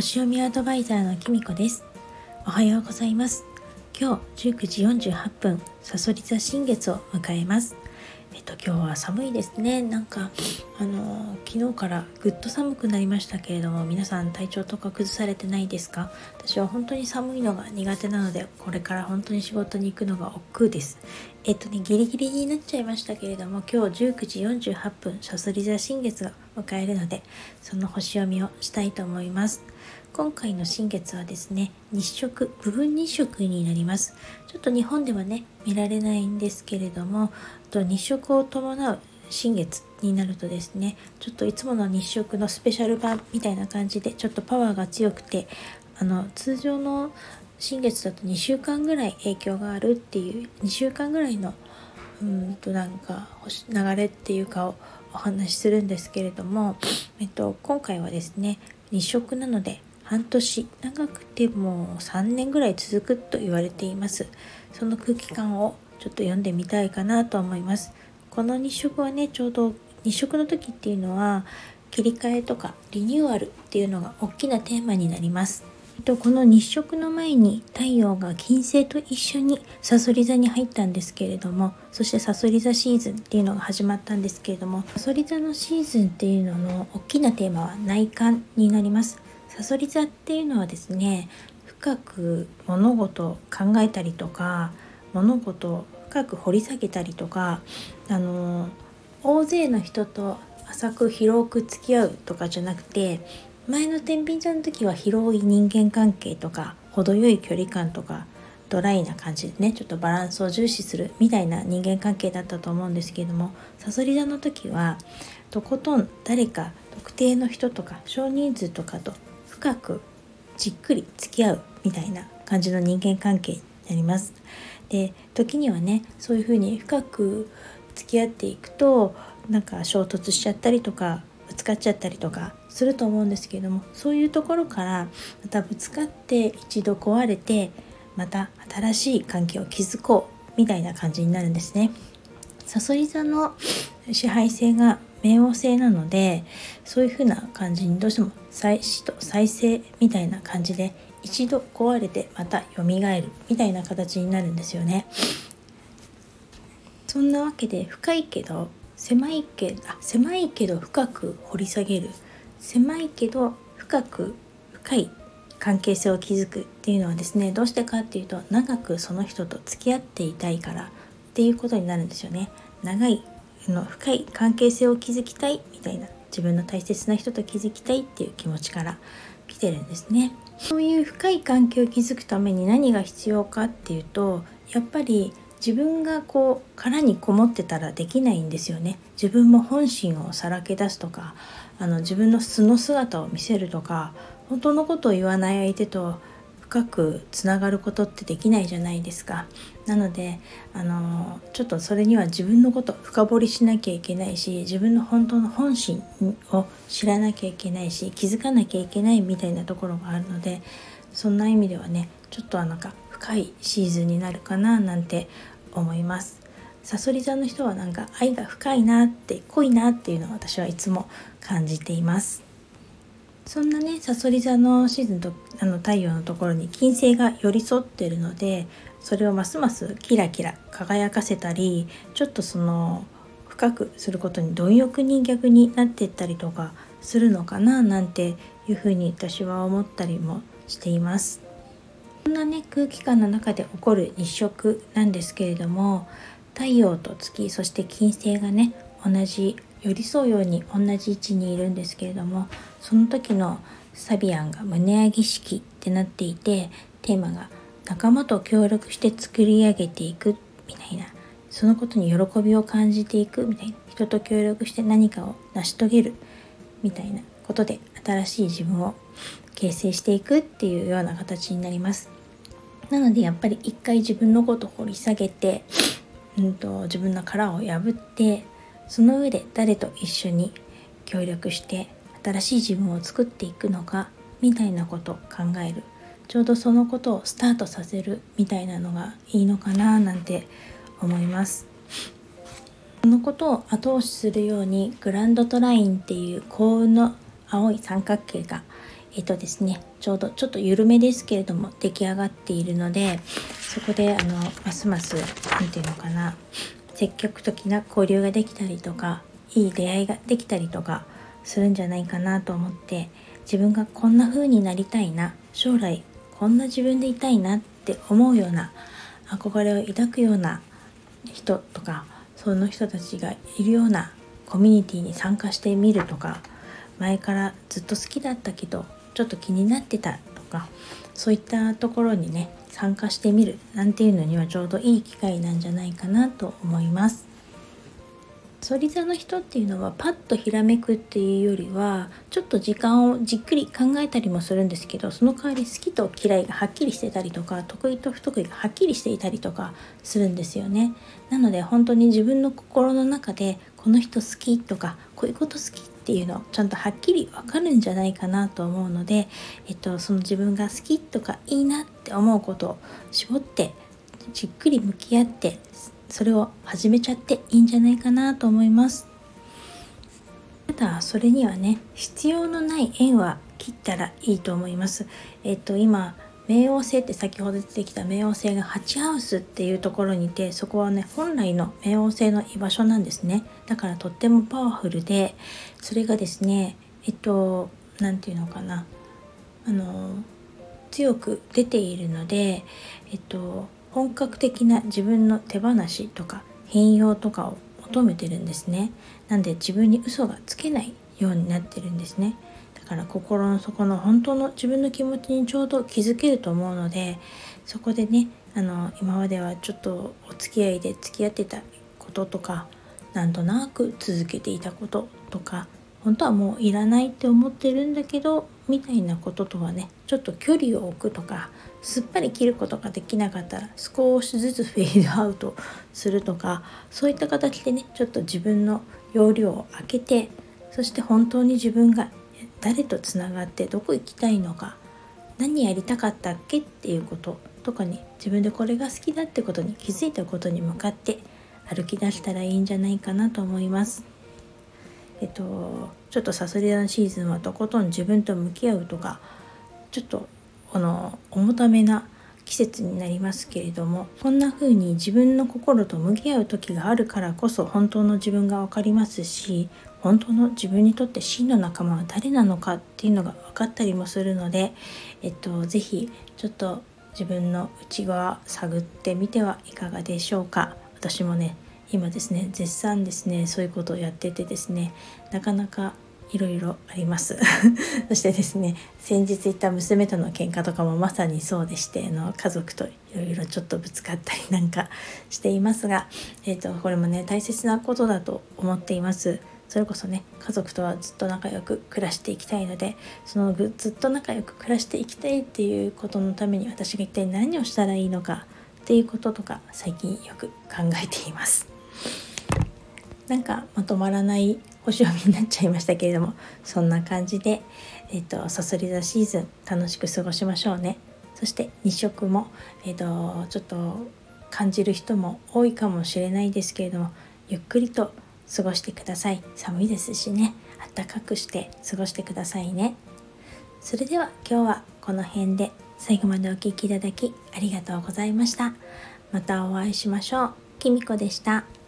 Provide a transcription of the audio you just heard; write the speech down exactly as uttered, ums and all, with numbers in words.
星読みアドバイザーのきみこです。おはようございます。今日じゅうくじよんじゅうはっぷん、さそり座新月を迎えます。えっと今日は寒いですね。なんかあの昨日からぐっと寒くなりましたけれども、皆さん体調とか崩されてないですか？私は本当に寒いのが苦手なので、これから本当に仕事に行くのが億劫です。えっとねギリギリになっちゃいましたけれども、今日じゅうくじよんじゅうはっぷん、さそり座新月が迎えるので、その星読みをしたいと思います。今回の新月はですね、日食、部分日食になります。ちょっと日本ではね見られないんですけれども、と日食を伴う新月になるとですね、ちょっといつもの日食のスペシャル版みたいな感じで、ちょっとパワーが強くて、あの通常の新月だとにしゅうかんぐらい影響があるっていう、にしゅうかんぐらいのうんとなんか流れっていうかをお話しするんですけれども、えっと、今回はですね、日食なので半年、長くてもさんねんぐらい続くと言われています。その空気感をちょっと読んでみたいかなと思います。この日食はね、ちょうど日食の時っていうのは切り替えとかリニューアルっていうのが大きなテーマになります。この日食の前に太陽が金星と一緒にさそり座に入ったんですけれども、そしてさそり座シーズンっていうのが始まったんですけれども、さそり座のシーズンっていうのの大きなテーマは内観になります。さそり座っていうのはですね、深く物事を考えたりとか、物事を深く掘り下げたりとか、あの大勢の人と浅く広く付き合うとかじゃなくて、前の天秤座の時は広い人間関係とか程よい距離感とかドライな感じでね、ちょっとバランスを重視するみたいな人間関係だったと思うんですけれども、さそり座の時はとことん誰か特定の人とか少人数とかと深くじっくり付き合うみたいな感じの人間関係になります。で、時にはね、そういうふうに深く付き合っていくとなんか衝突しちゃったりとかぶつかっちゃったりとかすると思うんですけれども、そういうところからまたぶつかって一度壊れて、また新しい関係を築こうみたいな感じになるんですね。さそり座の支配性が冥王星なので、そういう風な感じにどうしても再始と再生みたいな感じで、一度壊れてまた蘇るみたいな形になるんですよね。そんなわけで、深いけど狭いけあ狭いけど深く掘り下げる、狭いけど深く深い関係性を築くっていうのはですね、どうしてかっていうと、長くその人と付き合っていたいからっていうことになるんですよね。長いの深い関係性を築きたいみたいな、自分の大切な人と築きたいっていう気持ちから来てるんですね。そういう深い関係を築くために何が必要かっていうと、やっぱり自分がこう殻にこもってたらできないんですよね。自分も本心をさらけ出すとか、あの自分の素の姿を見せるとか、本当のことを言わない相手と深くつながることってできないじゃないですか。なのであのちょっとそれには自分のこと深掘りしなきゃいけないし、自分の本当の本心を知らなきゃいけないし、気づかなきゃいけないみたいなところがあるので、そんな意味ではね、ちょっとなんか深いシーズンになるかななんて思います。さそり座の人はなんか愛が深いなって、濃いなっていうのを私はいつも感じています。そんなね、さそり座のシーズンとあの太陽のところに金星が寄り添っているので、それをますますキラキラ輝かせたり、ちょっとその深くすることに貪欲に逆になっていったりとかするのかななんていうふうに私は思ったりもしています。そんなね、空気感の中で起こる日食なんですけれども、太陽と月、そして金星がね、同じ寄り添うように同じ位置にいるんですけれども、その時のサビアンが胸儀式ってなっていて、テーマが仲間と協力して作り上げていくみたいな、そのことに喜びを感じていくみたいな、人と協力して何かを成し遂げるみたいなことで新しい自分を形成していくっていうような形になります。なのでやっぱり一回自分のことを掘り下げて、うんと自分の殻を破って、その上で誰と一緒に協力して新しい自分を作っていくのかみたいなことを考える、ちょうどそのことをスタートさせるみたいなのがいいのかななんて思います。そのことを後押しするように、グランドトラインっていう幸運の青い三角形がえっとですねちょうどちょっと緩めですけれども出来上がっているので、そこであのますますなんていうのかな、積極的な交流ができたりとか、いい出会いができたりとかするんじゃないかなと思って、自分がこんな風になりたいな、将来こんな自分でいたいなって思うような、憧れを抱くような人とか、その人たちがいるようなコミュニティに参加してみるとか、前からずっと好きだったけどちょっと気になってたとか、そういったところにね参加してみるなんていうのにはちょうどいい機会なんじゃないかなと思います。そり座の人っていうのはパッとひらめくっていうよりは、ちょっと時間をじっくり考えたりもするんですけど、その代わり好きと嫌いがはっきりしてたりとか、得意と不得意がはっきりしていたりとかするんですよね。なので本当に自分の心の中でこの人好きとか、こういうこと好きっていうのをちゃんとはっきりわかるんじゃないかなと思うので、えっと、その自分が好きとかいいなって思うことを絞ってじっくり向き合って、それを始めちゃっていいんじゃないかなと思います。ただそれにはね、必要のない縁は切ったらいいと思います。えっと今冥王星って先ほど出てきた冥王星がはちハウスっていうところにいて、そこはね本来の冥王星の居場所なんですね。だからとってもパワフルで、それがですねえっとなんていうのかな、あの強く出ているので、えっと本格的な自分の手放しとか変容とかを求めてるんですね。なんで自分に嘘がつけないようになってるんですね。だから心の底の本当の自分の気持ちにちょうど気づけると思うので、そこでねあの今まではちょっとお付き合いで付き合ってたこととか、なんとなく続けていたこととか、本当はもういらないって思ってるんだけどみたいなこととはね、ちょっと距離を置くとか、すっぱり切ることができなかったら少しずつフェードアウトするとか、そういった形でねちょっと自分の容量を空けて、そして本当に自分が誰とつながってどこ行きたいのか、何やりたかったっけっていうこととかに、自分でこれが好きだってことに気づいたことに向かって歩き出したらいいんじゃないかなと思います。えっとちょっとサソリ座のシーズンはとことん自分と向き合うとか、ちょっとあの重ためな季節になりますけれども、そんな風に自分の心と向き合う時があるからこそ本当の自分が分かりますし、本当の自分にとって真の仲間は誰なのかっていうのが分かったりもするので、えっとぜひちょっと自分の内側探ってみてはいかがでしょうか。私もね今ですね絶賛ですねそういうことをやっててですね、なかなかいろいろありますそしてですね、先日行った娘との喧嘩とかもまさにそうでして、あの家族といろいろちょっとぶつかったりなんかしていますが、えーと、これもね大切なことだと思っています。それこそね家族とはずっと仲良く暮らしていきたいので、そのずっと仲良く暮らしていきたいっていうことのために私が一体何をしたらいいのかっていうこととか最近よく考えています。なんかまとまらない星読みになっちゃいましたけれども、そんな感じで、えーと、さそり座シーズン楽しく過ごしましょうね。そして日食も、えーと、ちょっと感じる人も多いかもしれないですけれども、ゆっくりと過ごしてください。寒いですしね、暖かくして過ごしてくださいね。それでは今日はこの辺で、最後までお聞きいただきありがとうございました。またお会いしましょう。きみこでした。